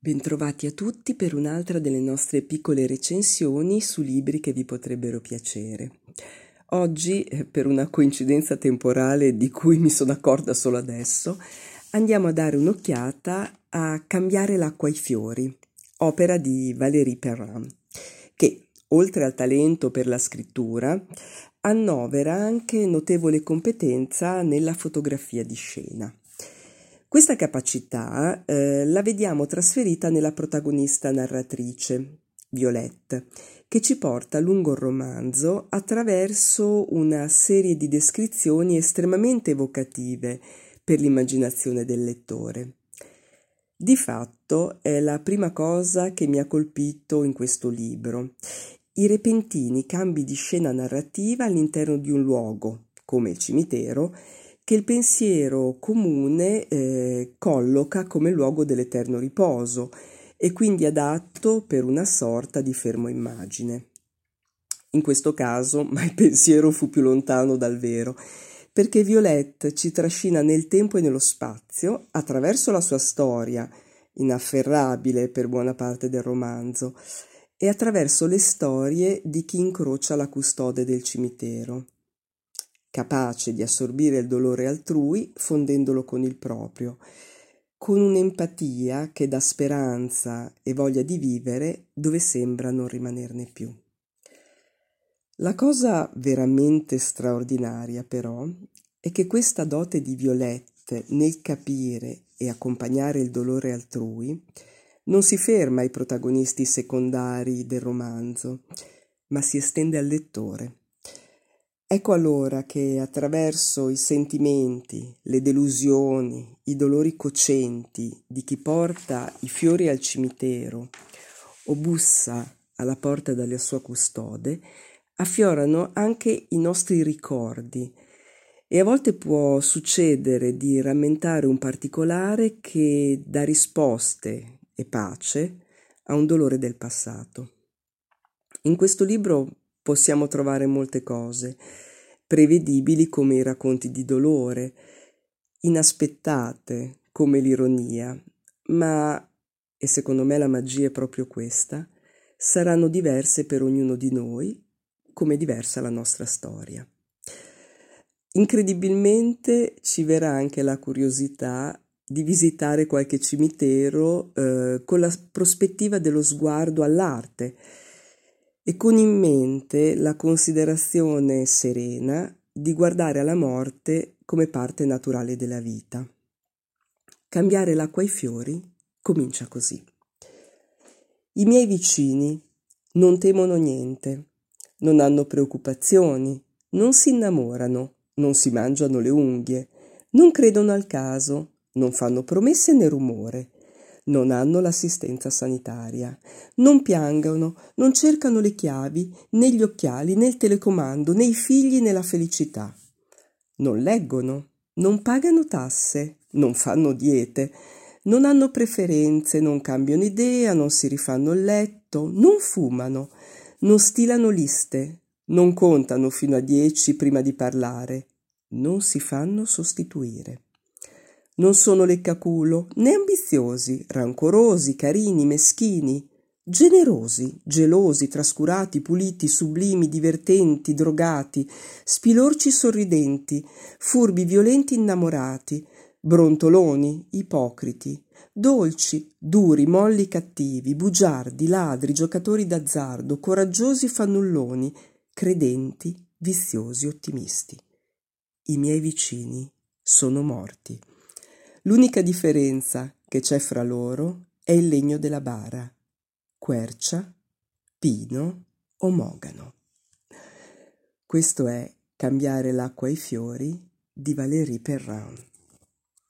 Bentrovati a tutti per un'altra delle nostre piccole recensioni su libri che vi potrebbero piacere. Oggi, per una coincidenza temporale di cui mi sono accorta solo adesso, andiamo a dare un'occhiata a Cambiare l'acqua ai fiori, opera di Valérie Perrin, che, oltre al talento per la scrittura, annovera anche notevole competenza nella fotografia di scena. Questa capacità la vediamo trasferita nella protagonista narratrice, Violette, che ci porta lungo il romanzo attraverso una serie di descrizioni estremamente evocative per l'immaginazione del lettore. Di fatto è la prima cosa che mi ha colpito in questo libro: i repentini cambi di scena narrativa all'interno di un luogo, come il cimitero, che il pensiero comune colloca come luogo dell'eterno riposo e quindi adatto per una sorta di fermo immagine. In questo caso, ma il pensiero fu più lontano dal vero, perché Violette ci trascina nel tempo e nello spazio attraverso la sua storia, inafferrabile per buona parte del romanzo, e attraverso le storie di chi incrocia la custode del cimitero, capace di assorbire il dolore altrui fondendolo con il proprio, con un'empatia che dà speranza e voglia di vivere dove sembra non rimanerne più. La cosa veramente straordinaria, però, è che questa dote di Violette nel capire e accompagnare il dolore altrui non si ferma ai protagonisti secondari del romanzo, ma si estende al lettore. Ecco allora che attraverso i sentimenti, le delusioni, i dolori cocenti di chi porta i fiori al cimitero o bussa alla porta della sua custode, affiorano anche i nostri ricordi e a volte può succedere di rammentare un particolare che dà risposte e pace a un dolore del passato. In questo libro possiamo trovare molte cose, prevedibili come i racconti di dolore, inaspettate come l'ironia, ma, e secondo me la magia è proprio questa, saranno diverse per ognuno di noi, come diversa la nostra storia. Incredibilmente ci verrà anche la curiosità di visitare qualche cimitero con la prospettiva dello sguardo all'arte e con in mente la considerazione serena di guardare alla morte come parte naturale della vita. Cambiare l'acqua ai fiori comincia così. I miei vicini non temono niente, non hanno preoccupazioni, non si innamorano, non si mangiano le unghie, non credono al caso, non fanno promesse né rumore, non hanno l'assistenza sanitaria, non piangono, non cercano le chiavi, né gli occhiali, né il telecomando, né i figli, né la felicità. Non leggono, non pagano tasse, non fanno diete, non hanno preferenze, non cambiano idea, non si rifanno il letto, non fumano, non stilano liste, non contano fino a 10 prima di parlare, non si fanno sostituire. Non sono leccaculo, né ambiziosi, rancorosi, carini, meschini, generosi, gelosi, trascurati, puliti, sublimi, divertenti, drogati, spilorci sorridenti, furbi, violenti, innamorati, brontoloni, ipocriti, dolci, duri, molli, cattivi, bugiardi, ladri, giocatori d'azzardo, coraggiosi, fannulloni, credenti, viziosi, ottimisti. I miei vicini sono morti. L'unica differenza che c'è fra loro è il legno della bara, quercia, pino o mogano. Questo è Cambiare l'acqua ai fiori di Valérie Perrin.